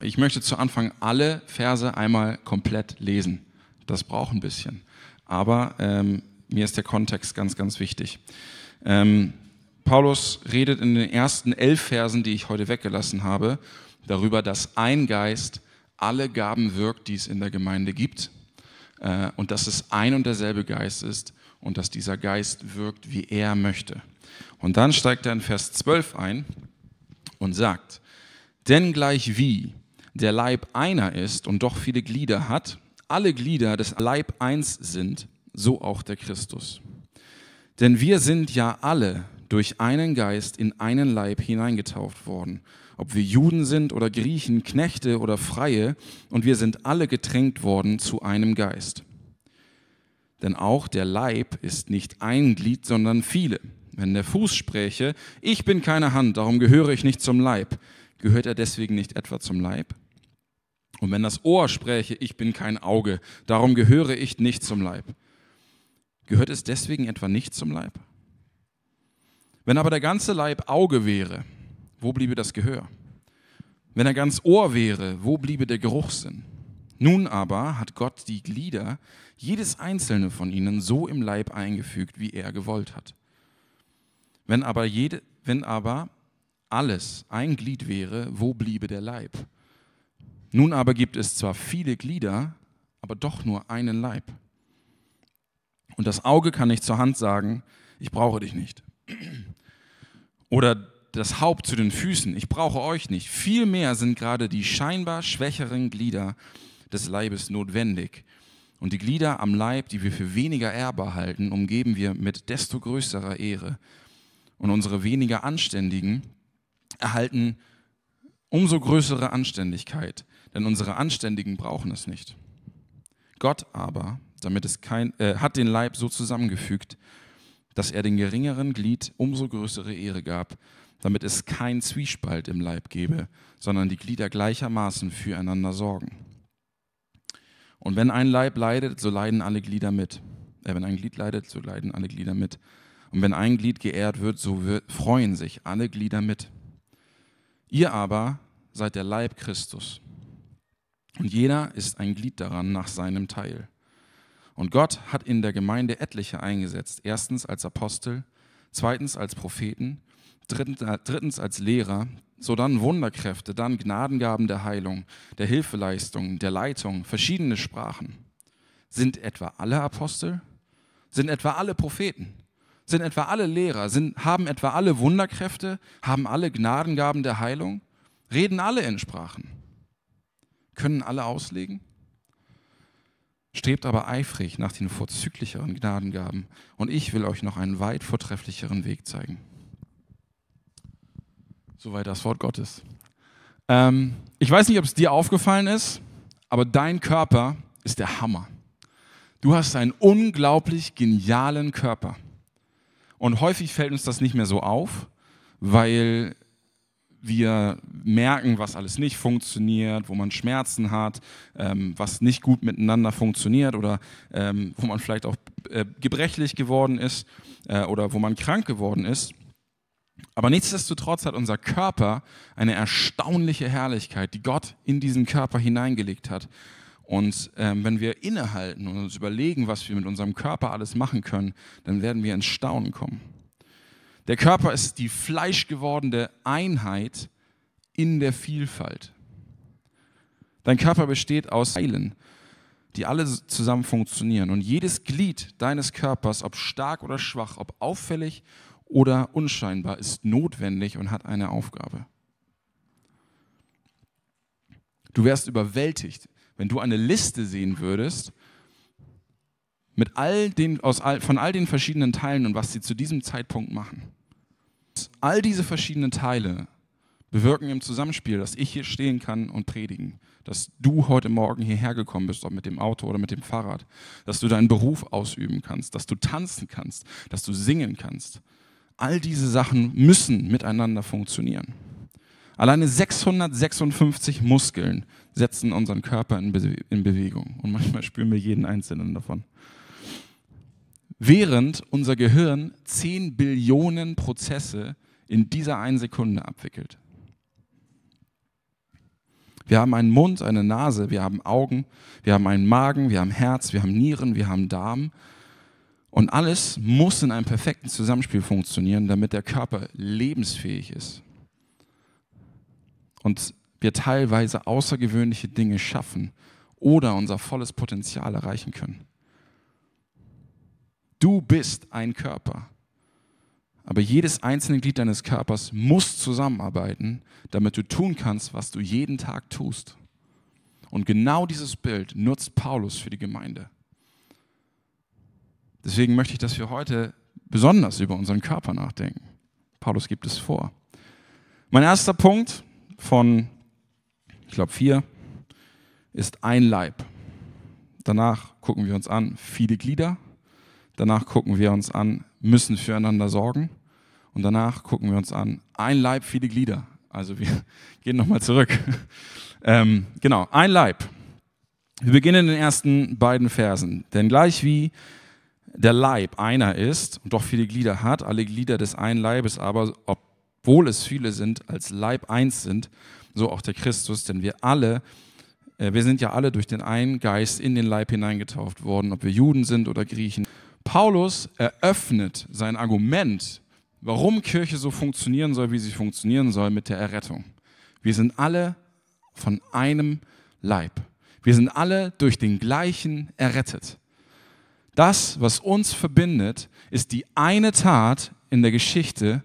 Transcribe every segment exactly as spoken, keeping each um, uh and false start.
Ich möchte zu Anfang alle Verse einmal komplett lesen. Das braucht ein bisschen. Aber ähm, mir ist der Kontext ganz, ganz wichtig. Ähm, Paulus redet in den ersten elf Versen, die ich heute weggelassen habe, darüber, dass ein Geist alle Gaben wirkt, die es in der Gemeinde gibt. Äh, und dass es ein und derselbe Geist ist und dass dieser Geist wirkt, wie er möchte. Und dann steigt er in Vers zwölf ein und sagt, denn gleich wie der Leib einer ist und doch viele Glieder hat, alle Glieder des Leib eins sind, so auch der Christus. Denn wir sind ja alle durch einen Geist in einen Leib hineingetauft worden, ob wir Juden sind oder Griechen, Knechte oder Freie, und wir sind alle getränkt worden zu einem Geist. Denn auch der Leib ist nicht ein Glied, sondern viele. Wenn der Fuß spräche, ich bin keine Hand, darum gehöre ich nicht zum Leib, gehört er deswegen nicht etwa zum Leib? Und wenn das Ohr spräche, ich bin kein Auge, darum gehöre ich nicht zum Leib, gehört es deswegen etwa nicht zum Leib? Wenn aber der ganze Leib Auge wäre, wo bliebe das Gehör? Wenn er ganz Ohr wäre, wo bliebe der Geruchssinn? Nun aber hat Gott die Glieder, jedes einzelne von ihnen, so im Leib eingefügt, wie er gewollt hat. Wenn aber, jede, wenn aber alles ein Glied wäre, wo bliebe der Leib? Nun aber gibt es zwar viele Glieder, aber doch nur einen Leib. Und das Auge kann nicht zur Hand sagen, ich brauche dich nicht. Oder das Haupt zu den Füßen, ich brauche euch nicht. Vielmehr sind gerade die scheinbar schwächeren Glieder des Leibes notwendig. Und die Glieder am Leib, die wir für weniger ehrbar halten, umgeben wir mit desto größerer Ehre. Und unsere weniger Anständigen erhalten umso größere Anständigkeit, denn unsere Anständigen brauchen es nicht. Gott aber, damit es kein, äh, hat den Leib so zusammengefügt, dass er den geringeren Glied umso größere Ehre gab, damit es keinen Zwiespalt im Leib gebe, sondern die Glieder gleichermaßen füreinander sorgen. Und wenn ein Leib leidet, so leiden alle Glieder mit. Äh, wenn ein Glied leidet, so leiden alle Glieder mit. Und wenn ein Glied geehrt wird, so wird, freuen sich alle Glieder mit. Ihr aber seid der Leib Christus. Und jeder ist ein Glied daran nach seinem Teil. Und Gott hat in der Gemeinde etliche eingesetzt. Erstens als Apostel, zweitens als Propheten, drittens als Lehrer, sodann Wunderkräfte, dann Gnadengaben der Heilung, der Hilfeleistung, der Leitung, verschiedene Sprachen. Sind etwa alle Apostel? Sind etwa alle Propheten? Sind etwa alle Lehrer? Sind, haben etwa alle Wunderkräfte? Haben alle Gnadengaben der Heilung? Reden alle in Sprachen? Können alle auslegen? Strebt aber eifrig nach den vorzüglicheren Gnadengaben, und ich will euch noch einen weit vortrefflicheren Weg zeigen. Soweit das Wort Gottes. Ähm, ich weiß nicht, ob es dir aufgefallen ist, aber dein Körper ist der Hammer. Du hast einen unglaublich genialen Körper. Und häufig fällt uns das nicht mehr so auf, weil wir merken, was alles nicht funktioniert, wo man Schmerzen hat, ähm, was nicht gut miteinander funktioniert oder ähm, wo man vielleicht auch äh, gebrechlich geworden ist äh, oder wo man krank geworden ist. Aber nichtsdestotrotz hat unser Körper eine erstaunliche Herrlichkeit, die Gott in diesen Körper hineingelegt hat. Und ähm, wenn wir innehalten und uns überlegen, was wir mit unserem Körper alles machen können, dann werden wir ins Staunen kommen. Der Körper ist die fleischgewordene Einheit in der Vielfalt. Dein Körper besteht aus Teilen, die alle zusammen funktionieren. Und jedes Glied deines Körpers, ob stark oder schwach, ob auffällig oder unscheinbar, ist notwendig und hat eine Aufgabe. Du wärst überwältigt, wenn du eine Liste sehen würdest mit all den, aus all, von all den verschiedenen Teilen und was sie zu diesem Zeitpunkt machen. All diese verschiedenen Teile bewirken im Zusammenspiel, dass ich hier stehen kann und predigen, dass du heute Morgen hierher gekommen bist, ob mit dem Auto oder mit dem Fahrrad, dass du deinen Beruf ausüben kannst, dass du tanzen kannst, dass du singen kannst. All diese Sachen müssen miteinander funktionieren. Alleine sechshundertsechsundfünfzig Muskeln setzen unseren Körper in, Be- in Bewegung und manchmal spüren wir jeden einzelnen davon. Während unser Gehirn zehn Billionen Prozesse in dieser einen Sekunde abwickelt. Wir haben einen Mund, eine Nase, wir haben Augen, wir haben einen Magen, wir haben Herz, wir haben Nieren, wir haben Darm. Und alles muss in einem perfekten Zusammenspiel funktionieren, damit der Körper lebensfähig ist. Und wir teilweise außergewöhnliche Dinge schaffen oder unser volles Potenzial erreichen können. Du bist ein Körper. Aber jedes einzelne Glied deines Körpers muss zusammenarbeiten, damit du tun kannst, was du jeden Tag tust. Und genau dieses Bild nutzt Paulus für die Gemeinde. Deswegen möchte ich, dass wir heute besonders über unseren Körper nachdenken. Paulus gibt es vor. Mein erster Punkt von, ich glaube, vier, ist ein Leib. Danach gucken wir uns an, viele Glieder. Danach gucken wir uns an, müssen füreinander sorgen. Und danach gucken wir uns an, ein Leib, viele Glieder. Also wir gehen nochmal zurück. ähm, genau, ein Leib. Wir beginnen in den ersten beiden Versen. Denn gleich wie der Leib einer ist und doch viele Glieder hat, alle Glieder des einen Leibes aber, obwohl es viele sind, als Leib eins sind, so auch der Christus. Denn wir alle, äh, wir sind ja alle durch den einen Geist in den Leib hineingetauft worden, ob wir Juden sind oder Griechen. Paulus eröffnet sein Argument, warum Kirche so funktionieren soll, wie sie funktionieren soll, mit der Errettung. Wir sind alle von einem Leib. Wir sind alle durch den gleichen errettet. Das, was uns verbindet, ist die eine Tat in der Geschichte,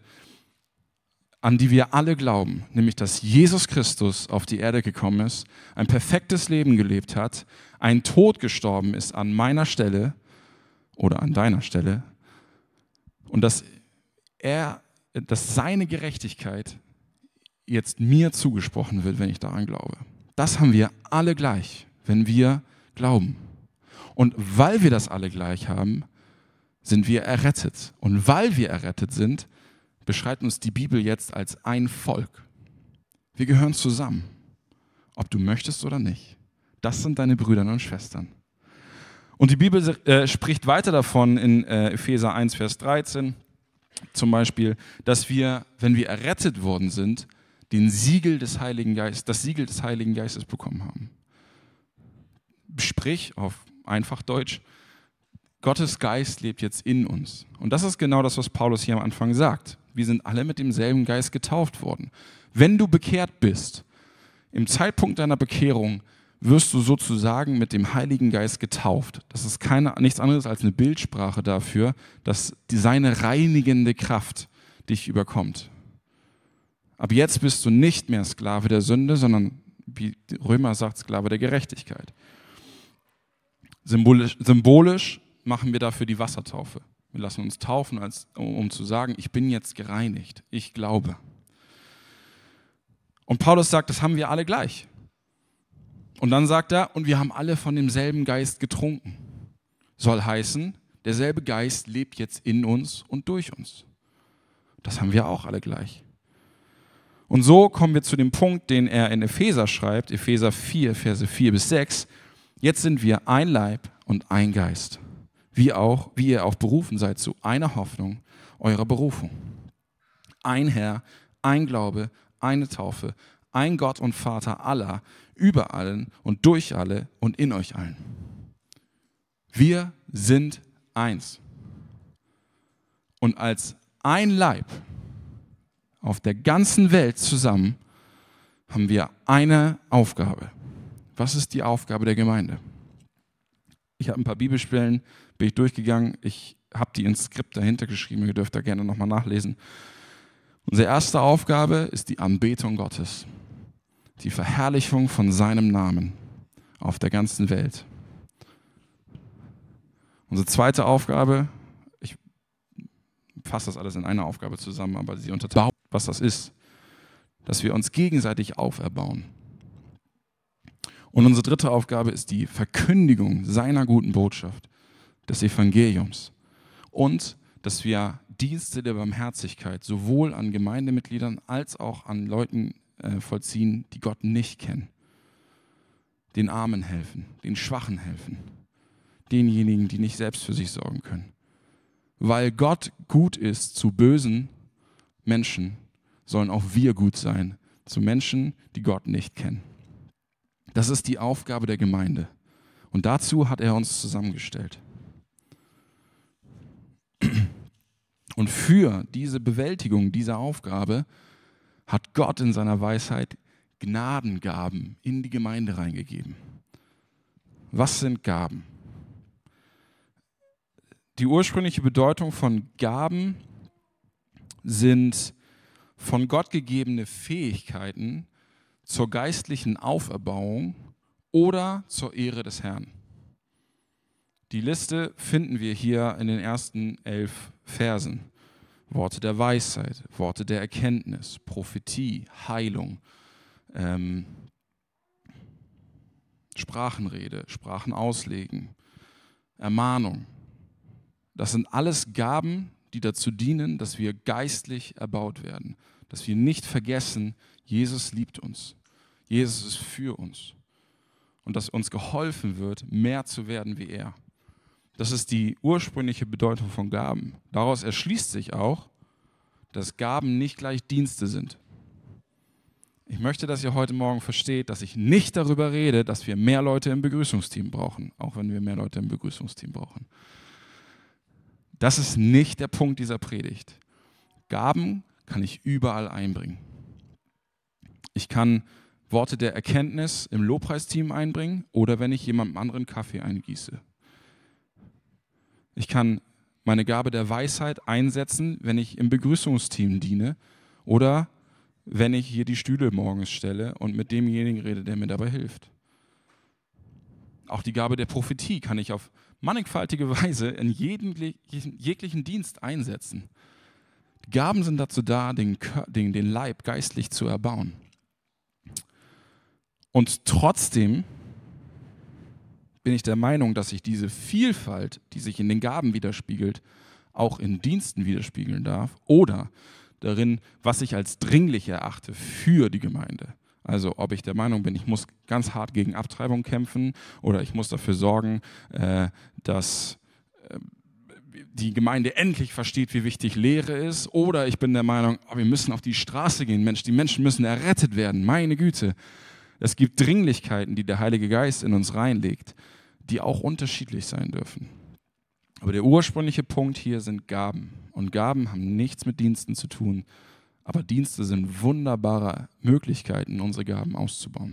an die wir alle glauben, nämlich dass Jesus Christus auf die Erde gekommen ist, ein perfektes Leben gelebt hat, ein Tod gestorben ist an meiner Stelle oder an deiner Stelle und dass er, dass seine Gerechtigkeit jetzt mir zugesprochen wird, wenn ich daran glaube. Das haben wir alle gleich, wenn wir glauben. Und weil wir das alle gleich haben, sind wir errettet. Und weil wir errettet sind, beschreibt uns die Bibel jetzt als ein Volk. Wir gehören zusammen, ob du möchtest oder nicht. Das sind deine Brüder und Schwestern. Und die Bibel äh, spricht weiter davon in äh, Epheser eins, Vers dreizehn zum Beispiel, dass wir, wenn wir errettet worden sind, den Siegel des Heiligen Geistes, das Siegel des Heiligen Geistes bekommen haben. Sprich, auf einfach Deutsch, Gottes Geist lebt jetzt in uns. Und das ist genau das, was Paulus hier am Anfang sagt. Wir sind alle mit demselben Geist getauft worden. Wenn du bekehrt bist, im Zeitpunkt deiner Bekehrung wirst du sozusagen mit dem Heiligen Geist getauft. Das ist keine, nichts anderes als eine Bildsprache dafür, dass die, seine reinigende Kraft dich überkommt. Ab jetzt bist du nicht mehr Sklave der Sünde, sondern, wie Römer sagt, Sklave der Gerechtigkeit. Symbolisch, symbolisch machen wir dafür die Wassertaufe. Wir lassen uns taufen, als, um zu sagen, ich bin jetzt gereinigt, ich glaube. Und Paulus sagt, das haben wir alle gleich. Und dann sagt er, und wir haben alle von demselben Geist getrunken. Soll heißen, derselbe Geist lebt jetzt in uns und durch uns. Das haben wir auch alle gleich. Und so kommen wir zu dem Punkt, den er in Epheser schreibt, Epheser vier, Verse vier bis sechs. Jetzt sind wir ein Leib und ein Geist, wie, auch, wie ihr auch berufen seid zu einer Hoffnung eurer Berufung. Ein Herr, ein Glaube, eine Taufe, ein Gott und Vater aller, über allen und durch alle und in euch allen. Wir sind eins. Und als ein Leib auf der ganzen Welt zusammen haben wir eine Aufgabe. Was ist die Aufgabe der Gemeinde? Ich habe ein paar Bibelstellen, bin ich durchgegangen. Ich habe die ins Skript dahinter geschrieben. Ihr dürft da gerne nochmal nachlesen. Unsere erste Aufgabe ist die Anbetung Gottes. Die Verherrlichung von seinem Namen auf der ganzen Welt. Unsere zweite Aufgabe, ich fasse das alles in einer Aufgabe zusammen, aber sie unterteilt, was das ist, dass wir uns gegenseitig auferbauen. Und unsere dritte Aufgabe ist die Verkündigung seiner guten Botschaft, des Evangeliums. Und dass wir Dienste der Barmherzigkeit sowohl an Gemeindemitgliedern als auch an Leuten äh, vollziehen, die Gott nicht kennen. Den Armen helfen, den Schwachen helfen, denjenigen, die nicht selbst für sich sorgen können. Weil Gott gut ist zu bösen Menschen, sollen auch wir gut sein zu Menschen, die Gott nicht kennen. Das ist die Aufgabe der Gemeinde. Und dazu hat er uns zusammengestellt. Und für diese Bewältigung dieser Aufgabe hat Gott in seiner Weisheit Gnadengaben in die Gemeinde reingegeben. Was sind Gaben? Die ursprüngliche Bedeutung von Gaben sind von Gott gegebene Fähigkeiten zur geistlichen Auferbauung oder zur Ehre des Herrn. Die Liste finden wir hier in den ersten elf Versen. Worte der Weisheit, Worte der Erkenntnis, Prophetie, Heilung, ähm, Sprachenrede, Sprachen auslegen, Ermahnung. Das sind alles Gaben, die dazu dienen, dass wir geistlich erbaut werden. Dass wir nicht vergessen, Jesus liebt uns. Jesus ist für uns. Und dass uns geholfen wird, mehr zu werden wie er. Das ist die ursprüngliche Bedeutung von Gaben. Daraus erschließt sich auch, dass Gaben nicht gleich Dienste sind. Ich möchte, dass ihr heute Morgen versteht, dass ich nicht darüber rede, dass wir mehr Leute im Begrüßungsteam brauchen, auch wenn wir mehr Leute im Begrüßungsteam brauchen. Das ist nicht der Punkt dieser Predigt. Gaben kann ich überall einbringen. Ich kann Worte der Erkenntnis im Lobpreisteam einbringen oder wenn ich jemandem anderen Kaffee eingieße. Ich kann meine Gabe der Weisheit einsetzen, wenn ich im Begrüßungsteam diene oder wenn ich hier die Stühle morgens stelle und mit demjenigen rede, der mir dabei hilft. Auch die Gabe der Prophetie kann ich auf mannigfaltige Weise in jeden, jeglichen Dienst einsetzen. Die Gaben sind dazu da, den, den, den Leib geistlich zu erbauen. Und trotzdem bin ich der Meinung, dass sich diese Vielfalt, die sich in den Gaben widerspiegelt, auch in Diensten widerspiegeln darf oder darin, was ich als dringlich erachte für die Gemeinde. Also ob ich der Meinung bin, ich muss ganz hart gegen Abtreibung kämpfen oder ich muss dafür sorgen, äh, dass äh, die Gemeinde endlich versteht, wie wichtig Lehre ist. Oder ich bin der Meinung, oh, wir müssen auf die Straße gehen, Mensch, die Menschen müssen errettet werden, meine Güte. Es gibt Dringlichkeiten, die der Heilige Geist in uns reinlegt, die auch unterschiedlich sein dürfen. Aber der ursprüngliche Punkt hier sind Gaben. Und Gaben haben nichts mit Diensten zu tun. Aber Dienste sind wunderbare Möglichkeiten, unsere Gaben auszubauen.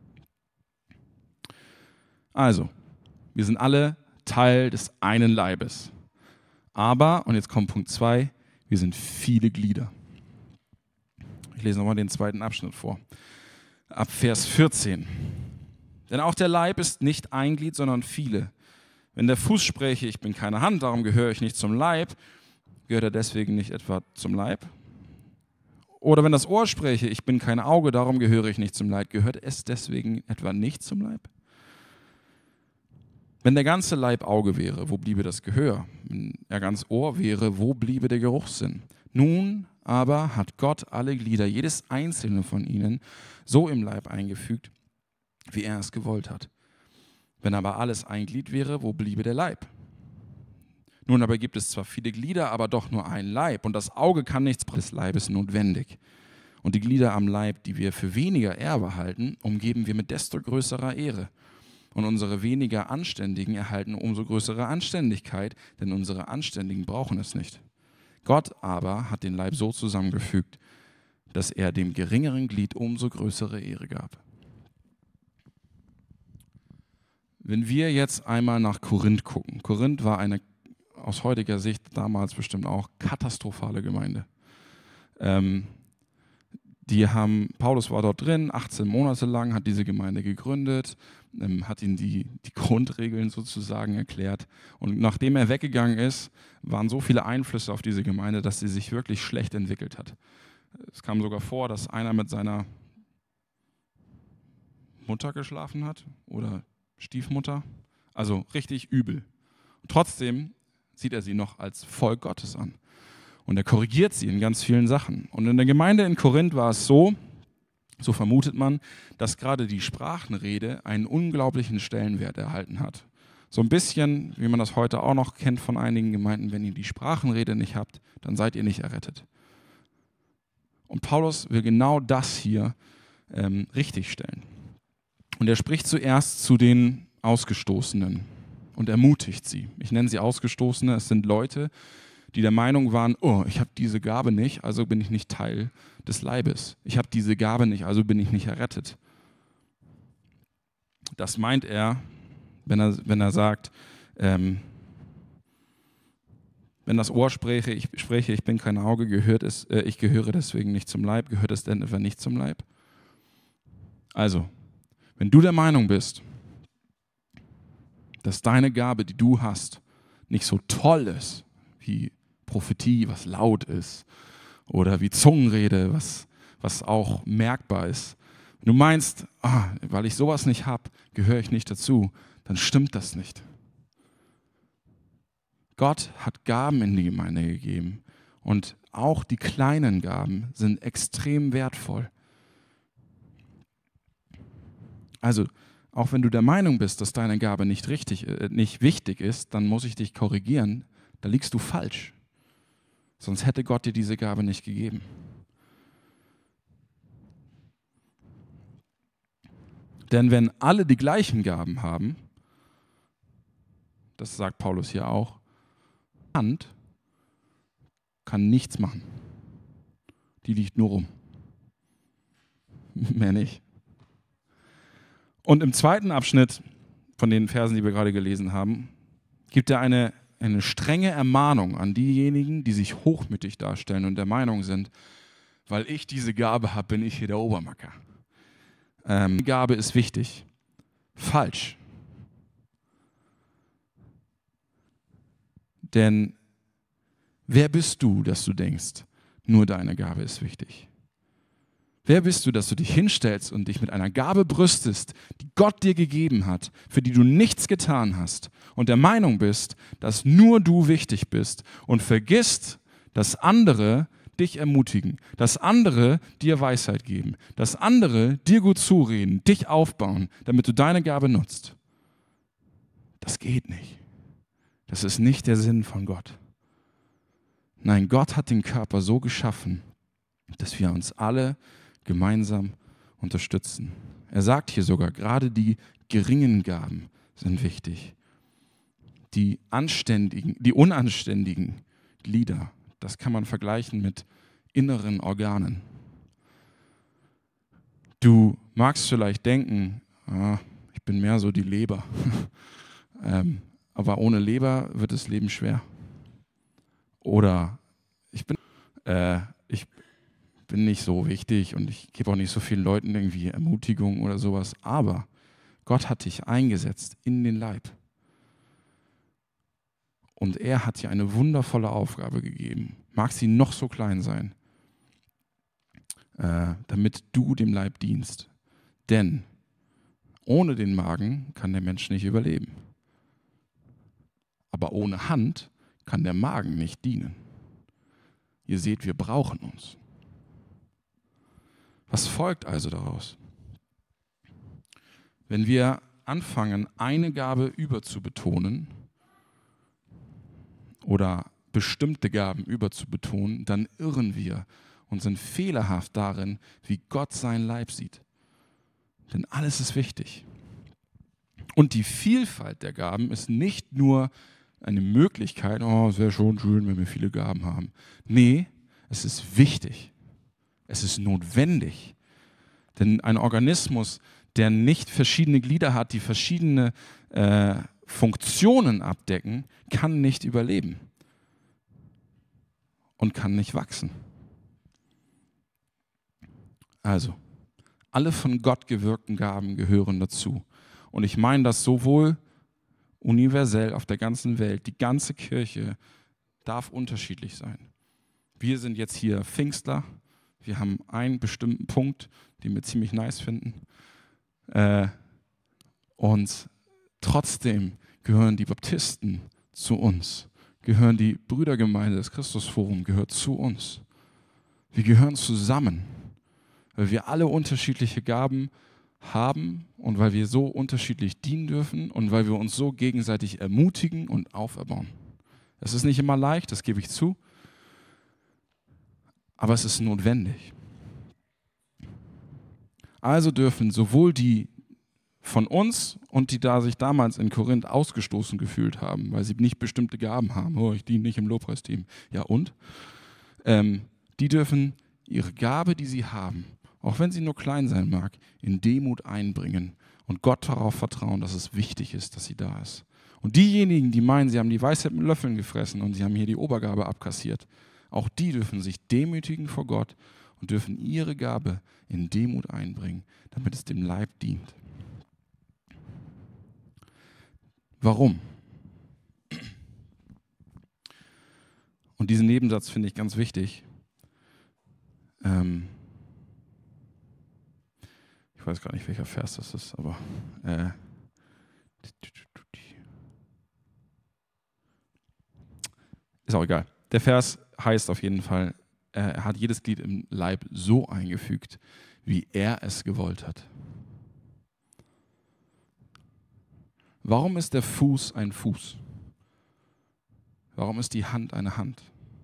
Also, wir sind alle Teil des einen Leibes. Aber, und jetzt kommt Punkt zwei, wir sind viele Glieder. Ich lese nochmal den zweiten Abschnitt vor. Ab Vers vierzehn. Denn auch der Leib ist nicht ein Glied, sondern viele. Wenn der Fuß spräche, ich bin keine Hand, darum gehöre ich nicht zum Leib, gehört er deswegen nicht etwa zum Leib? Oder wenn das Ohr spräche, ich bin kein Auge, darum gehöre ich nicht zum Leib, gehört es deswegen etwa nicht zum Leib? Wenn der ganze Leib Auge wäre, wo bliebe das Gehör? Wenn er ganz Ohr wäre, wo bliebe der Geruchssinn? Nun aber hat Gott alle Glieder, jedes einzelne von ihnen, so im Leib eingefügt, wie er es gewollt hat. Wenn aber alles ein Glied wäre, wo bliebe der Leib? Nun aber gibt es zwar viele Glieder, aber doch nur ein Leib. Und das Auge kann nichts des Leibes notwendig. Und die Glieder am Leib, die wir für weniger Erbe halten, umgeben wir mit desto größerer Ehre. Und unsere weniger Anständigen erhalten umso größere Anständigkeit, denn unsere Anständigen brauchen es nicht. Gott aber hat den Leib so zusammengefügt, dass er dem geringeren Glied umso größere Ehre gab. Wenn wir jetzt einmal nach Korinth gucken. Korinth war eine aus heutiger Sicht damals bestimmt auch katastrophale Gemeinde. Ähm, die haben, Paulus war dort drin, achtzehn Monate lang, hat diese Gemeinde gegründet, ähm, hat ihnen die, die Grundregeln sozusagen erklärt. Und nachdem er weggegangen ist, waren so viele Einflüsse auf diese Gemeinde, dass sie sich wirklich schlecht entwickelt hat. Es kam sogar vor, dass einer mit seiner Mutter geschlafen hat oder Stiefmutter. Also richtig übel. Und trotzdem sieht er sie noch als Volk Gottes an. Und er korrigiert sie in ganz vielen Sachen. Und in der Gemeinde in Korinth war es so, so vermutet man, dass gerade die Sprachenrede einen unglaublichen Stellenwert erhalten hat. So ein bisschen, wie man das heute auch noch kennt von einigen Gemeinden, wenn ihr die Sprachenrede nicht habt, dann seid ihr nicht errettet. Und Paulus will genau das hier ähm, richtigstellen. Und er spricht zuerst zu den Ausgestoßenen und ermutigt sie. Ich nenne sie Ausgestoßene. Es sind Leute, die der Meinung waren, oh, ich habe diese Gabe nicht, also bin ich nicht Teil des Leibes. Ich habe diese Gabe nicht, also bin ich nicht errettet. Das meint er, wenn er, wenn er sagt, ähm, wenn das Ohr spreche ich, spreche, ich bin kein Auge, gehört es, äh, ich gehöre deswegen nicht zum Leib, gehört es denn etwa nicht zum Leib? Also, wenn du der Meinung bist, dass deine Gabe, die du hast, nicht so toll ist, wie Prophetie, was laut ist, oder wie Zungenrede, was, was auch merkbar ist. Wenn du meinst, ah, weil ich sowas nicht habe, gehöre ich nicht dazu, dann stimmt das nicht. Gott hat Gaben in die Gemeinde gegeben und auch die kleinen Gaben sind extrem wertvoll. Also, auch wenn du der Meinung bist, dass deine Gabe nicht richtig, äh, nicht wichtig ist, dann muss ich dich korrigieren, da liegst du falsch. Sonst hätte Gott dir diese Gabe nicht gegeben. Denn wenn alle die gleichen Gaben haben, das sagt Paulus hier auch, Hand kann nichts machen. Die liegt nur rum. Mehr nicht. Und im zweiten Abschnitt von den Versen, die wir gerade gelesen haben, gibt er eine, eine strenge Ermahnung an diejenigen, die sich hochmütig darstellen und der Meinung sind, weil ich diese Gabe habe, bin ich hier der Obermacker. Ähm, die Gabe ist wichtig. Falsch. Denn wer bist du, dass du denkst, nur deine Gabe ist wichtig? Wer bist du, dass du dich hinstellst und dich mit einer Gabe brüstest, die Gott dir gegeben hat, für die du nichts getan hast und der Meinung bist, dass nur du wichtig bist und vergisst, dass andere dich ermutigen, dass andere dir Weisheit geben, dass andere dir gut zureden, dich aufbauen, damit du deine Gabe nutzt? Das geht nicht. Das ist nicht der Sinn von Gott. Nein, Gott hat den Körper so geschaffen, dass wir uns alle gemeinsam unterstützen. Er sagt hier sogar, gerade die geringen Gaben sind wichtig. Die anständigen, die unanständigen Glieder, das kann man vergleichen mit inneren Organen. Du magst vielleicht denken, ah, ich bin mehr so die Leber. ähm, aber ohne Leber wird das Leben schwer. Oder ich bin, äh, ich bin nicht so wichtig und ich gebe auch nicht so vielen Leuten irgendwie Ermutigung oder sowas. Aber Gott hat dich eingesetzt in den Leib. Und er hat dir eine wundervolle Aufgabe gegeben. Mag sie noch so klein sein, äh, damit du dem Leib dienst. Denn ohne den Magen kann der Mensch nicht überleben. Aber ohne Hand kann der Magen nicht dienen. Ihr seht, wir brauchen uns. Was folgt also daraus? Wenn wir anfangen, eine Gabe überzubetonen oder bestimmte Gaben überzubetonen, dann irren wir und sind fehlerhaft darin, wie Gott sein Leib sieht. Denn alles ist wichtig. Und die Vielfalt der Gaben ist nicht nur eine Möglichkeit, oh, es wäre schon schön, wenn wir viele Gaben haben. Nee, es ist wichtig. Es ist notwendig. Denn ein Organismus, der nicht verschiedene Glieder hat, die verschiedene äh, Funktionen abdecken, kann nicht überleben und kann nicht wachsen. Also, alle von Gott gewirkten Gaben gehören dazu. Und ich meine das sowohl universell auf der ganzen Welt, die ganze Kirche darf unterschiedlich sein. Wir sind jetzt hier Pfingstler, wir haben einen bestimmten Punkt, den wir ziemlich nice finden. Äh, und trotzdem gehören die Baptisten zu uns, gehören die Brüdergemeinde des Christusforum, gehört zu uns. Wir gehören zusammen, weil wir alle unterschiedliche Gaben haben und weil wir so unterschiedlich dienen dürfen und weil wir uns so gegenseitig ermutigen und auferbauen. Es ist nicht immer leicht, das gebe ich zu, aber es ist notwendig. Also dürfen sowohl die von uns und die da sich damals in Korinth ausgestoßen gefühlt haben, weil sie nicht bestimmte Gaben haben. Oh, ich diene nicht im Lobpreisteam. Ja und? Ähm, die dürfen ihre Gabe, die sie haben, auch wenn sie nur klein sein mag, in Demut einbringen und Gott darauf vertrauen, dass es wichtig ist, dass sie da ist. Und diejenigen, die meinen, sie haben die Weisheit mit Löffeln gefressen und sie haben hier die Obergabe abkassiert, auch die dürfen sich demütigen vor Gott und dürfen ihre Gabe in Demut einbringen, damit es dem Leib dient. Warum? Und diesen Nebensatz finde ich ganz wichtig. Ähm ich weiß gar nicht, welcher Vers das ist, aber äh ist auch egal. Der Vers heißt auf jeden Fall, er hat jedes Glied im Leib so eingefügt, wie er es gewollt hat. Warum ist der Fuß ein Fuß? Warum ist die Hand eine Hand?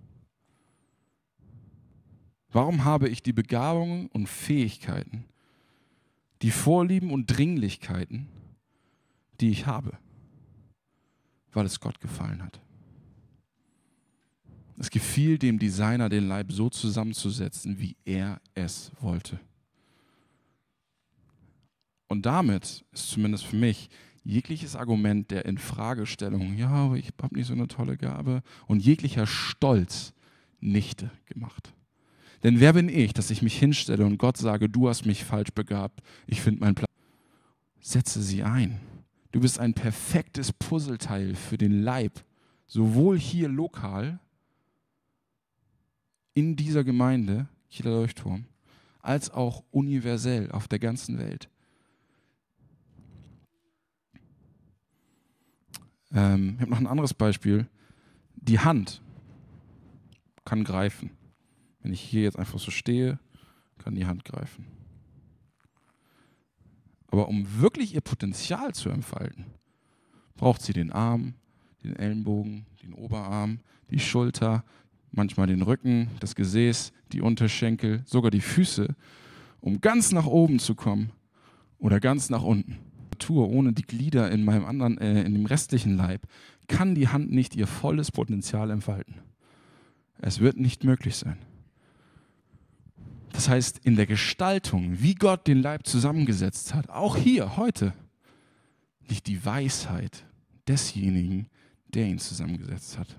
Warum habe ich die Begabungen und Fähigkeiten, die Vorlieben und Dringlichkeiten, die ich habe? Weil es Gott gefallen hat. Es gefiel dem Designer, den Leib so zusammenzusetzen, wie er es wollte. Und damit ist zumindest für mich jegliches Argument der Infragestellung, ja, aber ich habe nicht so eine tolle Gabe, und jeglicher Stolz nichte gemacht. Denn wer bin ich, dass ich mich hinstelle und Gott sage, du hast mich falsch begabt, ich finde meinen Platz. Setze sie ein. Du bist ein perfektes Puzzleteil für den Leib, sowohl hier lokal, in dieser Gemeinde, Kieler Leuchtturm, als auch universell auf der ganzen Welt. Ähm, ich habe noch ein anderes Beispiel. Die Hand kann greifen. Wenn ich hier jetzt einfach so stehe, kann die Hand greifen. Aber um wirklich ihr Potenzial zu entfalten, braucht sie den Arm, den Ellenbogen, den Oberarm, die Schulter, manchmal den Rücken, das Gesäß, die Unterschenkel, sogar die Füße, um ganz nach oben zu kommen oder ganz nach unten. Ohne die Glieder in meinem anderen, äh, in dem restlichen Leib, kann die Hand nicht ihr volles Potenzial entfalten. Es wird nicht möglich sein. Das heißt, in der Gestaltung, wie Gott den Leib zusammengesetzt hat, auch hier, heute, liegt die Weisheit desjenigen, der ihn zusammengesetzt hat.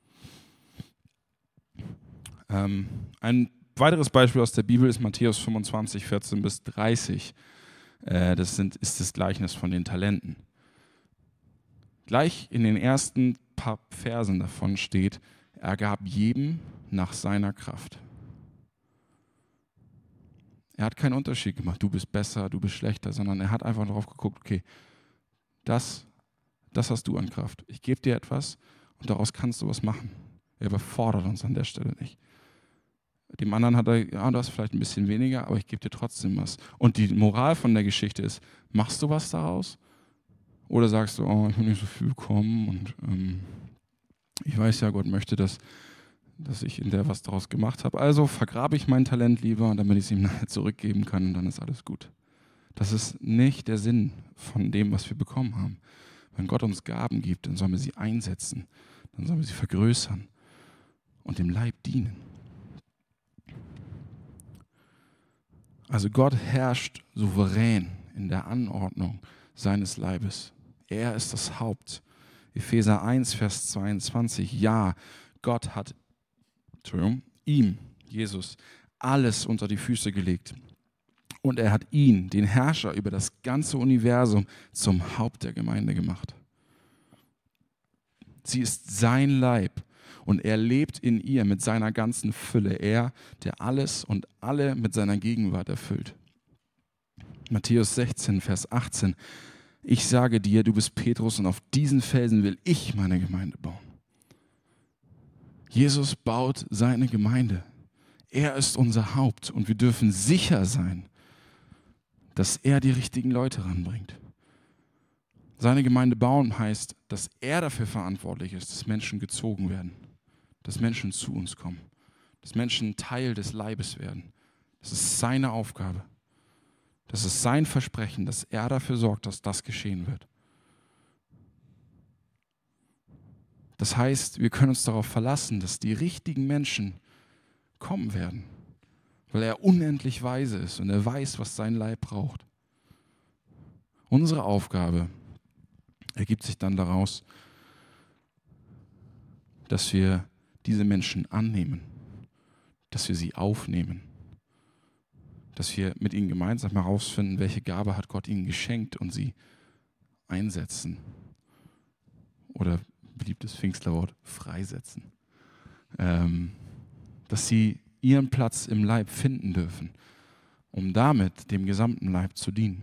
Ähm, ein weiteres Beispiel aus der Bibel ist Matthäus fünfundzwanzig, vierzehn bis dreißig. Äh, das sind, ist das Gleichnis von den Talenten. Gleich in den ersten paar Versen davon steht, er gab jedem nach seiner Kraft. Er hat keinen Unterschied gemacht, du bist besser, du bist schlechter, sondern er hat einfach darauf geguckt, okay, das, das hast du an Kraft. Ich gebe dir etwas und daraus kannst du was machen. Er überfordert uns an der Stelle nicht. Dem anderen hat er, ja, du hast vielleicht ein bisschen weniger, aber ich gebe dir trotzdem was. Und die Moral von der Geschichte ist, machst du was daraus? Oder sagst du, oh, ich habe nicht so viel bekommen und ähm, ich weiß ja, Gott möchte, dass, dass ich in der was daraus gemacht habe. Also vergrabe ich mein Talent lieber, damit ich es ihm nachher zurückgeben kann und dann ist alles gut. Das ist nicht der Sinn von dem, was wir bekommen haben. Wenn Gott uns Gaben gibt, dann sollen wir sie einsetzen, dann sollen wir sie vergrößern und dem Leib dienen. Also Gott herrscht souverän in der Anordnung seines Leibes. Er ist das Haupt. Epheser eins, Vers zweiundzwanzig. Ja, Gott hat Entschuldigung, ihm, Jesus, alles unter die Füße gelegt. Und er hat ihn, den Herrscher über das ganze Universum, zum Haupt der Gemeinde gemacht. Sie ist sein Leib und er lebt in ihr mit seiner ganzen Fülle. Er, der alles und alle mit seiner Gegenwart erfüllt. Matthäus sechzehn, Vers achtzehn. Ich sage dir, du bist Petrus und auf diesen Felsen will ich meine Gemeinde bauen. Jesus baut seine Gemeinde. Er ist unser Haupt und wir dürfen sicher sein, dass er die richtigen Leute ranbringt. Seine Gemeinde bauen heißt, dass er dafür verantwortlich ist, dass Menschen gezogen werden, dass Menschen zu uns kommen, dass Menschen Teil des Leibes werden. Das ist seine Aufgabe. Das ist sein Versprechen, dass er dafür sorgt, dass das geschehen wird. Das heißt, wir können uns darauf verlassen, dass die richtigen Menschen kommen werden, weil er unendlich weise ist und er weiß, was sein Leib braucht. Unsere Aufgabe ergibt sich dann daraus, dass wir diese Menschen annehmen, dass wir sie aufnehmen, dass wir mit ihnen gemeinsam herausfinden, welche Gabe hat Gott ihnen geschenkt und sie einsetzen. Oder beliebtes Pfingstlerwort, freisetzen. Ähm, dass sie ihren Platz im Leib finden dürfen, um damit dem gesamten Leib zu dienen.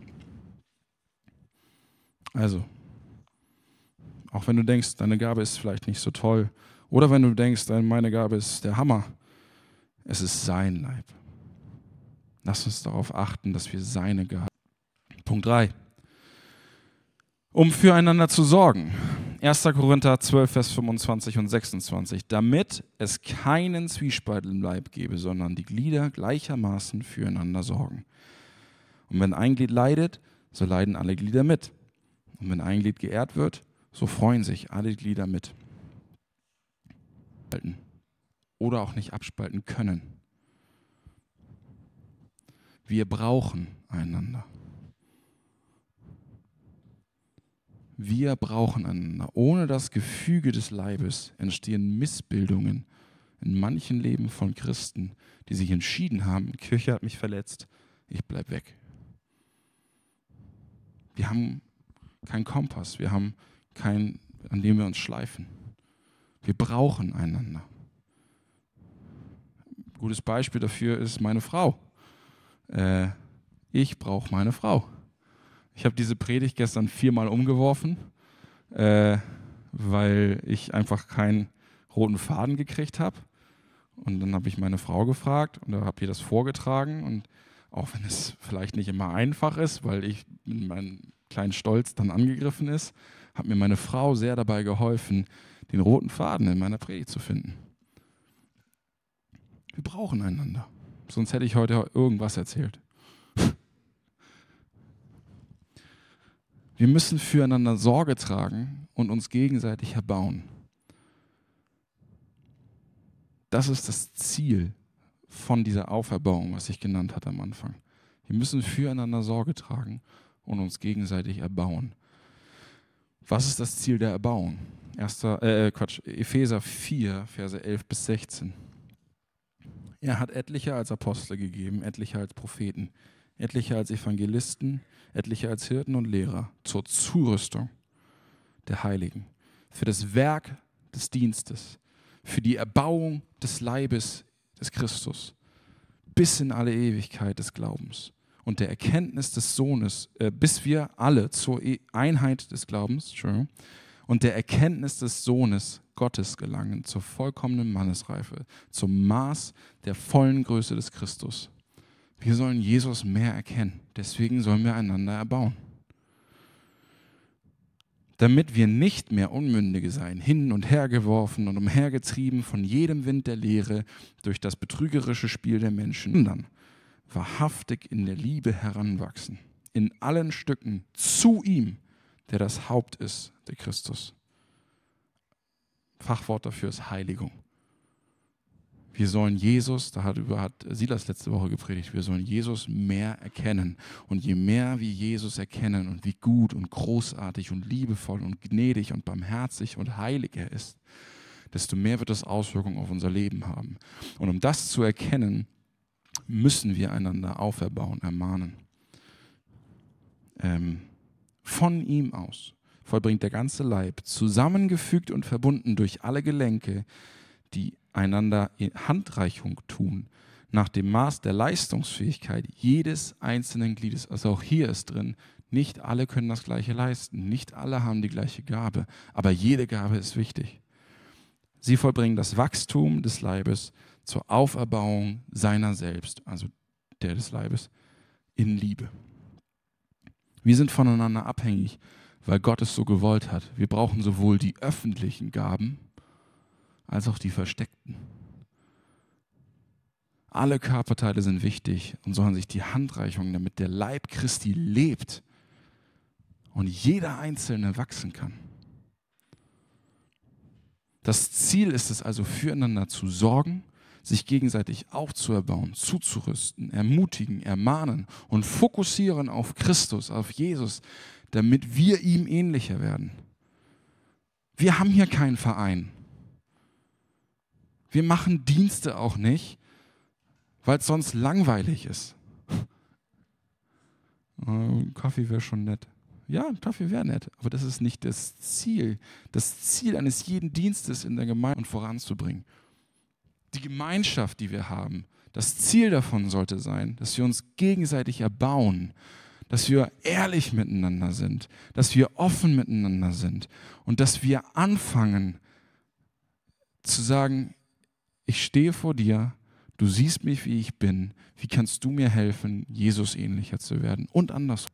Also, auch wenn du denkst, deine Gabe ist vielleicht nicht so toll, oder wenn du denkst, meine Gabe ist der Hammer, es ist sein Leib. Lass uns darauf achten, dass wir seine Gabe haben. Punkt drei. Um füreinander zu sorgen. erster Korinther zwölf, Vers fünfundzwanzig und sechsundzwanzig. Damit es keinen Zwiespalt im Leib gebe, sondern die Glieder gleichermaßen füreinander sorgen. Und wenn ein Glied leidet, so leiden alle Glieder mit. Und wenn ein Glied geehrt wird, so freuen sich alle Glieder mit. Oder auch nicht abspalten können. Wir brauchen einander. Wir brauchen einander. Ohne das Gefüge des Leibes entstehen Missbildungen in manchen Leben von Christen, die sich entschieden haben, die Kirche hat mich verletzt, ich bleib weg. Wir haben keinen Kompass, wir haben keinen, an dem wir uns schleifen. Wir brauchen einander. Ein gutes Beispiel dafür ist meine Frau. Äh, ich brauche meine Frau. Ich habe diese Predigt gestern viermal umgeworfen, äh, weil ich einfach keinen roten Faden gekriegt habe. Und dann habe ich meine Frau gefragt und da habe ich das vorgetragen. Und auch wenn es vielleicht nicht immer einfach ist, weil ich mit meinem kleinen Stolz dann angegriffen ist, hat mir meine Frau sehr dabei geholfen, den roten Faden in meiner Predigt zu finden. Wir brauchen einander. Sonst hätte ich heute irgendwas erzählt. Wir müssen füreinander Sorge tragen und uns gegenseitig erbauen. Das ist das Ziel von dieser Auferbauung, was ich genannt hatte am Anfang. Wir müssen füreinander Sorge tragen und uns gegenseitig erbauen. Was ist das Ziel der Erbauung? Erster, äh, Quatsch, Epheser vier, Verse elf bis sechzehn. Er hat etliche als Apostel gegeben, etliche als Propheten, etliche als Evangelisten, etliche als Hirten und Lehrer zur Zurüstung der Heiligen, für das Werk des Dienstes, für die Erbauung des Leibes des Christus, bis in alle Ewigkeit des Glaubens und der Erkenntnis des Sohnes, äh, bis wir alle zur Einheit des Glaubens, Entschuldigung, und der Erkenntnis des Sohnes Gottes gelangen, zur vollkommenen Mannesreife, zum Maß der vollen Größe des Christus. Wir sollen Jesus mehr erkennen, deswegen sollen wir einander erbauen. Damit wir nicht mehr Unmündige sein, hin und her geworfen und umhergetrieben von jedem Wind der Lehre durch das betrügerische Spiel der Menschen, sondern wahrhaftig in der Liebe heranwachsen, in allen Stücken zu ihm, der das Haupt ist, der Christus. Fachwort dafür ist Heiligung. Wir sollen Jesus, da hat, über, hat Silas letzte Woche gepredigt, wir sollen Jesus mehr erkennen. Und je mehr wir Jesus erkennen und wie gut und großartig und liebevoll und gnädig und barmherzig und heilig er ist, desto mehr wird das Auswirkungen auf unser Leben haben. Und um das zu erkennen, müssen wir einander auferbauen, ermahnen. Ähm, von ihm aus vollbringt der ganze Leib, zusammengefügt und verbunden durch alle Gelenke, die einander Handreichung tun, nach dem Maß der Leistungsfähigkeit jedes einzelnen Gliedes. Also auch hier ist drin, nicht alle können das Gleiche leisten, nicht alle haben die gleiche Gabe, aber jede Gabe ist wichtig. Sie vollbringen das Wachstum des Leibes zur Auferbauung seiner selbst, also der des Leibes, in Liebe. Wir sind voneinander abhängig, weil Gott es so gewollt hat. Wir brauchen sowohl die öffentlichen Gaben, als auch die versteckten. Alle Körperteile sind wichtig und sollen sich die Handreichung, damit der Leib Christi lebt und jeder Einzelne wachsen kann. Das Ziel ist es also, füreinander zu sorgen, sich gegenseitig aufzuerbauen, zuzurüsten, ermutigen, ermahnen und fokussieren auf Christus, auf Jesus, damit wir ihm ähnlicher werden. Wir haben hier keinen Verein. Wir machen Dienste auch nicht, weil es sonst langweilig ist. Kaffee wäre schon nett. Ja, Kaffee wäre nett, aber das ist nicht das Ziel. Das Ziel eines jeden Dienstes in der Gemeinde und voranzubringen. Die Gemeinschaft, die wir haben, das Ziel davon sollte sein, dass wir uns gegenseitig erbauen, dass wir ehrlich miteinander sind, dass wir offen miteinander sind und dass wir anfangen zu sagen, ich stehe vor dir, du siehst mich, wie ich bin, wie kannst du mir helfen, Jesus ähnlicher zu werden und andersrum.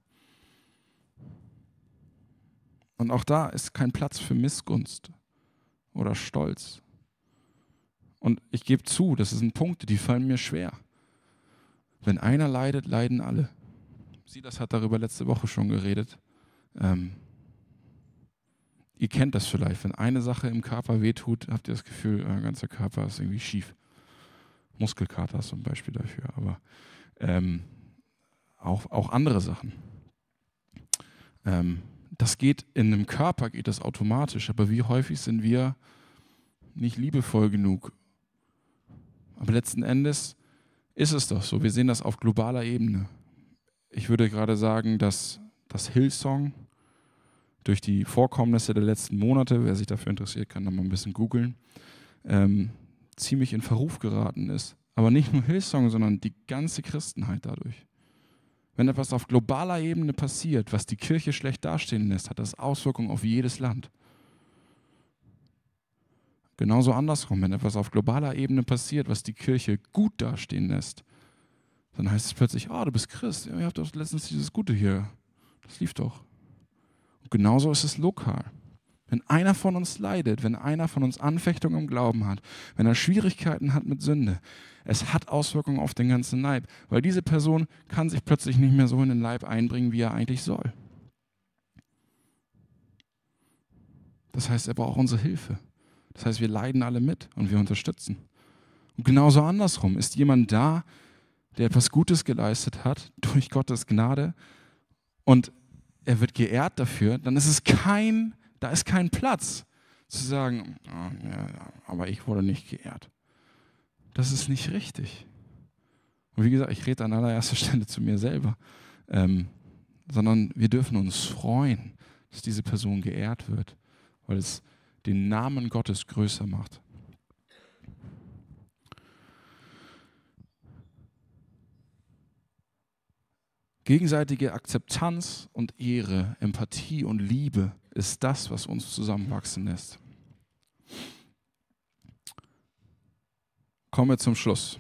Und auch da ist kein Platz für Missgunst oder Stolz. Und ich gebe zu, das sind Punkte, die fallen mir schwer. Wenn einer leidet, leiden alle. Silas hat darüber letzte Woche schon geredet. Ähm, ihr kennt das vielleicht, wenn eine Sache im Körper wehtut, habt ihr das Gefühl, euer ganzer Körper ist irgendwie schief. Muskelkater ist zum Beispiel dafür, aber ähm, auch, auch andere Sachen. Ähm, das geht in einem Körper, geht das automatisch, aber wie häufig sind wir nicht liebevoll genug? Aber letzten Endes ist es doch so. Wir sehen das auf globaler Ebene. Ich würde gerade sagen, dass das Hillsong durch die Vorkommnisse der letzten Monate, wer sich dafür interessiert, kann da mal ein bisschen googeln, ähm, ziemlich in Verruf geraten ist. Aber nicht nur Hillsong, sondern die ganze Christenheit dadurch. Wenn etwas auf globaler Ebene passiert, was die Kirche schlecht dastehen lässt, hat das Auswirkungen auf jedes Land. Genauso andersrum, wenn etwas auf globaler Ebene passiert, was die Kirche gut dastehen lässt, dann heißt es plötzlich, ah, oh, du bist Christ, ja, ihr habt doch letztens dieses Gute hier, das lief doch. Und genauso ist es lokal. Wenn einer von uns leidet, wenn einer von uns Anfechtung im Glauben hat, wenn er Schwierigkeiten hat mit Sünde, es hat Auswirkungen auf den ganzen Leib, weil diese Person kann sich plötzlich nicht mehr so in den Leib einbringen, wie er eigentlich soll. Das heißt, er braucht unsere Hilfe. Das heißt, wir leiden alle mit und wir unterstützen. Und genauso andersrum, ist jemand da, der etwas Gutes geleistet hat durch Gottes Gnade und er wird geehrt dafür, dann ist es kein, da ist kein Platz zu sagen, oh, ja, aber ich wurde nicht geehrt. Das ist nicht richtig. Und wie gesagt, ich rede an allererster Stelle zu mir selber, ähm, sondern wir dürfen uns freuen, dass diese Person geehrt wird, weil es den Namen Gottes größer macht. Gegenseitige Akzeptanz und Ehre, Empathie und Liebe ist das, was uns zusammenwachsen lässt. Kommen wir zum Schluss.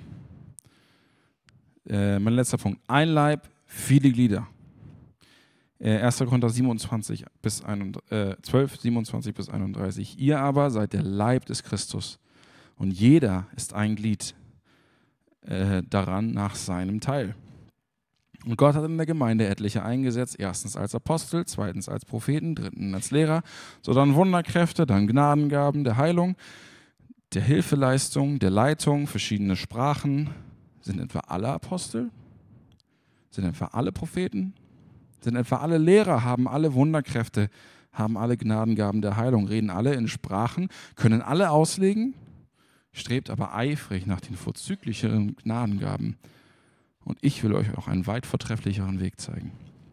Äh, mein letzter Punkt. Ein Leib, viele Glieder. Äh, erster Korinther siebenundzwanzig bis einunddreißig, äh, zwölf, siebenundzwanzig bis einunddreißig. Ihr aber seid der Leib des Christus und jeder ist ein Glied äh, daran nach seinem Teil. Und Gott hat in der Gemeinde etliche eingesetzt, erstens als Apostel, zweitens als Propheten, drittens als Lehrer, so dann Wunderkräfte, dann Gnadengaben der Heilung, der Hilfeleistung, der Leitung, verschiedene Sprachen. Sind etwa alle Apostel? Sind etwa alle Propheten? Sind etwa alle Lehrer, haben alle Wunderkräfte, haben alle Gnadengaben der Heilung, reden alle in Sprachen, können alle auslegen, strebt aber eifrig nach den vorzüglicheren Gnadengaben. Und ich will euch auch einen weit vortrefflicheren Weg zeigen.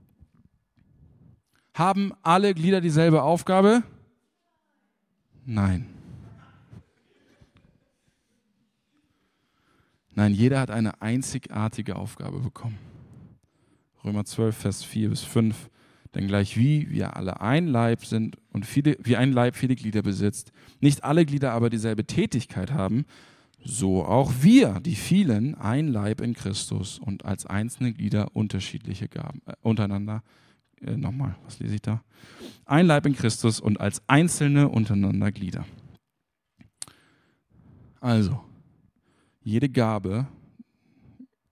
Haben alle Glieder dieselbe Aufgabe? Nein. Nein, jeder hat eine einzigartige Aufgabe bekommen. Römer zwölf, Vers vier bis fünf. Denn gleich wie wir alle ein Leib sind und viele, wie ein Leib viele Glieder besitzt, nicht alle Glieder aber dieselbe Tätigkeit haben, so auch wir, die vielen, ein Leib in Christus und als einzelne Glieder unterschiedliche Gaben, äh, untereinander, äh, nochmal, was lese ich da? Ein Leib in Christus und als einzelne untereinander Glieder. Also, jede Gabe,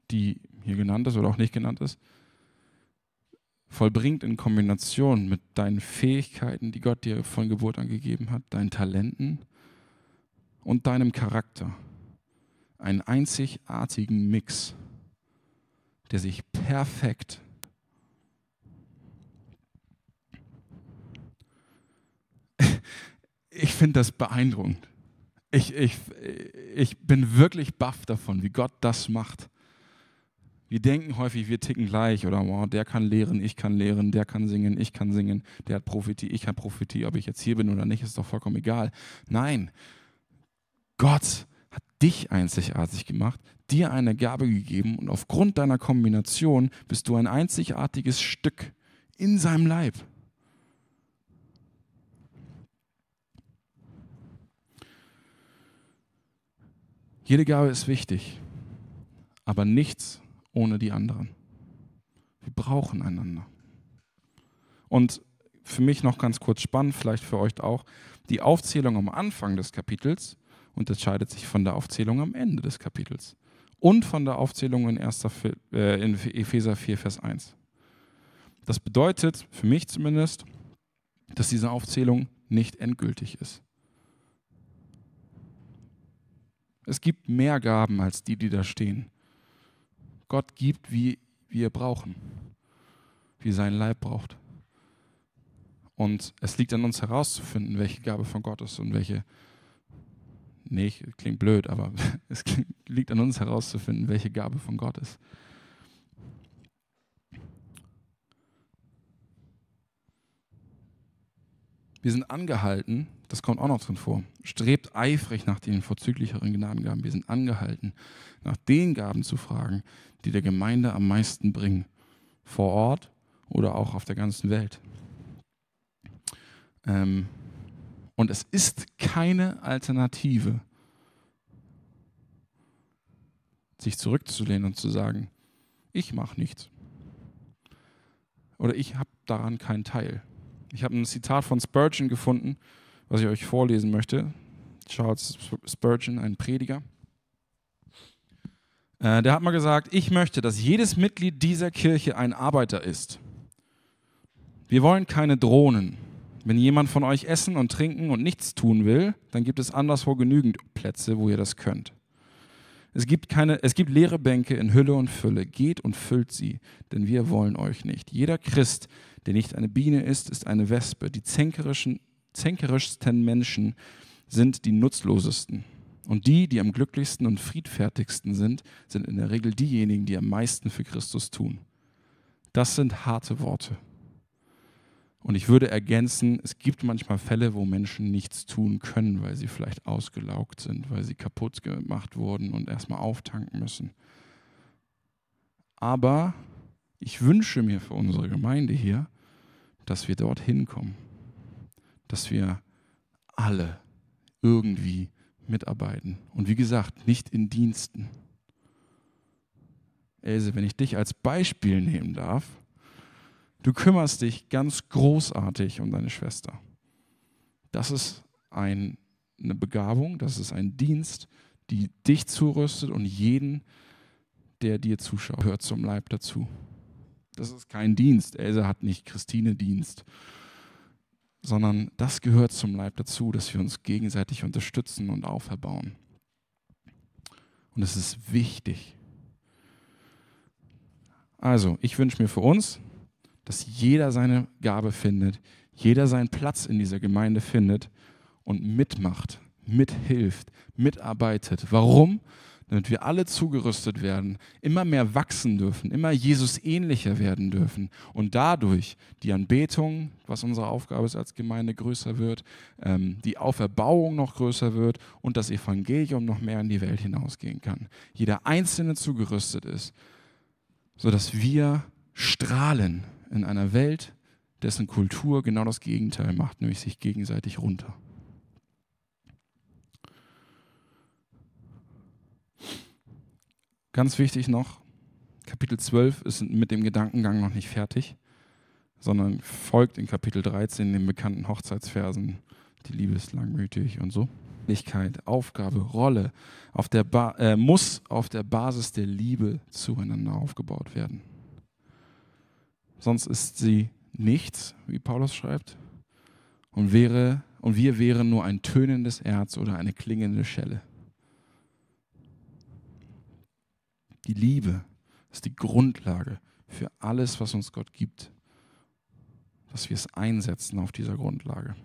die hier genannt ist oder auch nicht genannt ist, vollbringt in Kombination mit deinen Fähigkeiten, die Gott dir von Geburt an gegeben hat, deinen Talenten und deinem Charakter, einen einzigartigen Mix, der sich perfekt ich finde das beeindruckend. Ich, ich, ich bin wirklich baff davon, wie Gott das macht. Wir denken häufig, wir ticken gleich oder wow, der kann lehren, ich kann lehren, der kann singen, ich kann singen, der hat Prophetie, ich habe Prophetie, ob ich jetzt hier bin oder nicht, ist doch vollkommen egal. Nein, Gott hat dich einzigartig gemacht, dir eine Gabe gegeben und aufgrund deiner Kombination bist du ein einzigartiges Stück in seinem Leib. Jede Gabe ist wichtig, aber nichts ohne die anderen. Wir brauchen einander. Und für mich noch ganz kurz spannend, vielleicht für euch auch, die Aufzählung am Anfang des Kapitels unterscheidet sich von der Aufzählung am Ende des Kapitels und von der Aufzählung in, in Epheser vier, Vers eins. Das bedeutet, für mich zumindest, dass diese Aufzählung nicht endgültig ist. Es gibt mehr Gaben als die, die da stehen. Gott gibt, wie wir brauchen, wie sein Leib braucht. Und es liegt an uns herauszufinden, welche Gabe von Gott ist und welche, nee, klingt blöd, aber es liegt an uns herauszufinden, welche Gabe von Gott ist. Wir sind angehalten, das kommt auch noch drin vor, strebt eifrig nach den vorzüglicheren Gnadengaben. Wir sind angehalten, nach den Gaben zu fragen, die der Gemeinde am meisten bringen, vor Ort oder auch auf der ganzen Welt. Ähm, und es ist keine Alternative, sich zurückzulehnen und zu sagen, ich mache nichts. Oder ich habe daran keinen Teil. Ich habe ein Zitat von Spurgeon gefunden, was ich euch vorlesen möchte. Charles Spurgeon, ein Prediger. Äh, der hat mal gesagt, ich möchte, dass jedes Mitglied dieser Kirche ein Arbeiter ist. Wir wollen keine Drohnen. Wenn jemand von euch essen und trinken und nichts tun will, dann gibt es anderswo genügend Plätze, wo ihr das könnt. Es gibt keine, es gibt leere Bänke in Hülle und Fülle. Geht und füllt sie, denn wir wollen euch nicht. Jeder Christ, der nicht eine Biene ist, ist eine Wespe. Die zänkerischen, zänkerischsten Menschen sind die nutzlosesten. Und die, die am glücklichsten und friedfertigsten sind, sind in der Regel diejenigen, die am meisten für Christus tun. Das sind harte Worte. Und ich würde ergänzen, es gibt manchmal Fälle, wo Menschen nichts tun können, weil sie vielleicht ausgelaugt sind, weil sie kaputt gemacht wurden und erstmal auftanken müssen. Aber ich wünsche mir für unsere Gemeinde hier, dass wir dorthin kommen, dass wir alle irgendwie mitarbeiten. Und wie gesagt, nicht in Diensten. Else, wenn ich dich als Beispiel nehmen darf, du kümmerst dich ganz großartig um deine Schwester. Das ist ein, eine Begabung, das ist ein Dienst, die dich zurüstet und jeden, der dir zuschaut, hört zum Leib dazu. Das ist kein Dienst. Else hat nicht Christine Dienst, sondern das gehört zum Leib dazu, dass wir uns gegenseitig unterstützen und auferbauen. Und es ist wichtig. Also, ich wünsche mir für uns, dass jeder seine Gabe findet, jeder seinen Platz in dieser Gemeinde findet und mitmacht, mithilft, mitarbeitet. Warum? Damit wir alle zugerüstet werden, immer mehr wachsen dürfen, immer Jesus ähnlicher werden dürfen und dadurch die Anbetung, was unsere Aufgabe ist als Gemeinde, größer wird, ähm, die Auferbauung noch größer wird und das Evangelium noch mehr in die Welt hinausgehen kann. Jeder Einzelne zugerüstet ist, sodass wir strahlen in einer Welt, dessen Kultur genau das Gegenteil macht, nämlich sich gegenseitig runter. Ganz wichtig noch, Kapitel zwölf ist mit dem Gedankengang noch nicht fertig, sondern folgt in Kapitel dreizehn den bekannten Hochzeitsversen, die Liebe ist langmütig und so. Dringlichkeit, Aufgabe, Rolle auf der ba- äh, muss auf der Basis der Liebe zueinander aufgebaut werden. Sonst ist sie nichts, wie Paulus schreibt, und, wäre, und wir wären nur ein tönendes Erz oder eine klingende Schelle. Die Liebe ist die Grundlage für alles, was uns Gott gibt, dass wir es einsetzen auf dieser Grundlage.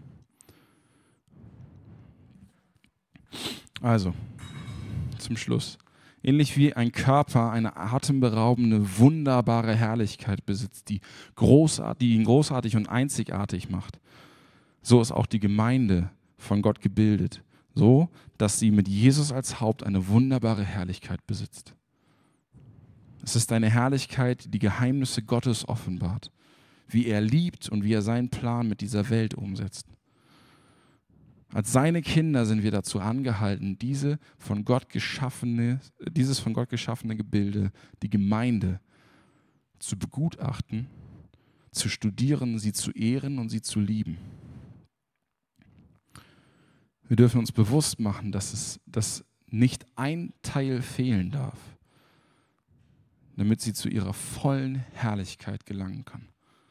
Also, zum Schluss. Ähnlich wie ein Körper eine atemberaubende, wunderbare Herrlichkeit besitzt, die, großartig, die ihn großartig und einzigartig macht, so ist auch die Gemeinde von Gott gebildet, so dass sie mit Jesus als Haupt eine wunderbare Herrlichkeit besitzt. Es ist eine Herrlichkeit, die die Geheimnisse Gottes offenbart, wie er liebt und wie er seinen Plan mit dieser Welt umsetzt. Als seine Kinder sind wir dazu angehalten, diese von Gott geschaffene, dieses von Gott geschaffene Gebilde, die Gemeinde, zu begutachten, zu studieren, sie zu ehren und sie zu lieben. Wir dürfen uns bewusst machen, dass es, dass nicht ein Teil fehlen darf, damit sie zu ihrer vollen Herrlichkeit gelangen kann.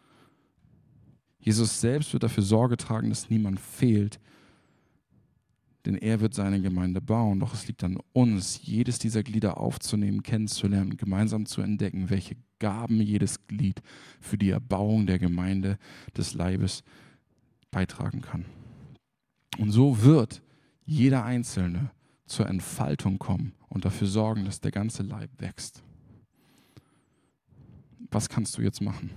Jesus selbst wird dafür Sorge tragen, dass niemand fehlt, denn er wird seine Gemeinde bauen. Doch es liegt an uns, jedes dieser Glieder aufzunehmen, kennenzulernen, gemeinsam zu entdecken, welche Gaben jedes Glied für die Erbauung der Gemeinde des Leibes beitragen kann. Und so wird jeder Einzelne zur Entfaltung kommen und dafür sorgen, dass der ganze Leib wächst. Was kannst du jetzt machen?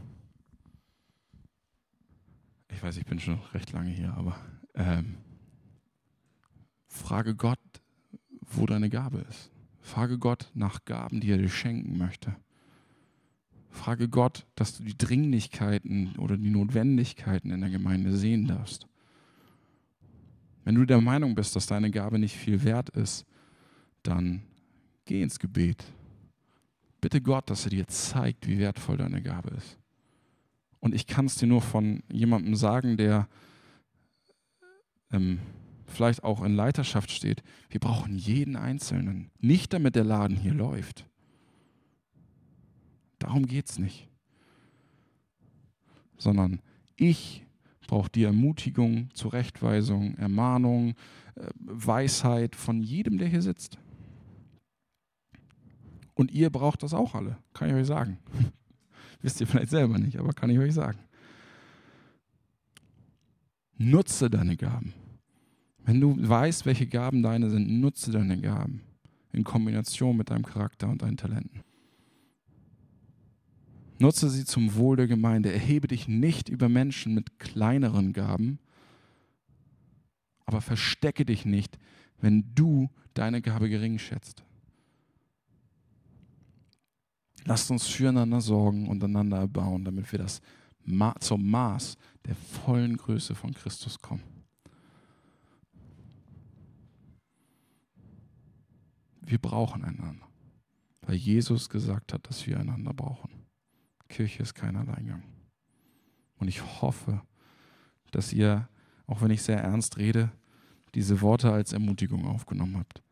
Ich weiß, ich bin schon recht lange hier, aber ähm, frage Gott, wo deine Gabe ist. Frage Gott nach Gaben, die er dir schenken möchte. Frage Gott, dass du die Dringlichkeiten oder die Notwendigkeiten in der Gemeinde sehen darfst. Wenn du der Meinung bist, dass deine Gabe nicht viel wert ist, dann geh ins Gebet. Bitte Gott, dass er dir zeigt, wie wertvoll deine Gabe ist. Und ich kann es dir nur von jemandem sagen, der ähm, vielleicht auch in Leiterschaft steht. Wir brauchen jeden Einzelnen. Nicht damit der Laden hier läuft. Darum geht es nicht. Sondern ich brauche die Ermutigung, Zurechtweisung, Ermahnung, äh, Weisheit von jedem, der hier sitzt. Und ihr braucht das auch alle, kann ich euch sagen. Wisst ihr vielleicht selber nicht, aber kann ich euch sagen. Nutze deine Gaben. Wenn du weißt, welche Gaben deine sind, nutze deine Gaben in Kombination mit deinem Charakter und deinen Talenten. Nutze sie zum Wohl der Gemeinde. Erhebe dich nicht über Menschen mit kleineren Gaben, aber verstecke dich nicht, wenn du deine Gabe gering schätzt. Lasst uns füreinander sorgen und einander erbauen, damit wir das Ma- zum Maß der vollen Größe von Christus kommen. Wir brauchen einander, weil Jesus gesagt hat, dass wir einander brauchen. Kirche ist kein Alleingang. Und ich hoffe, dass ihr, auch wenn ich sehr ernst rede, diese Worte als Ermutigung aufgenommen habt.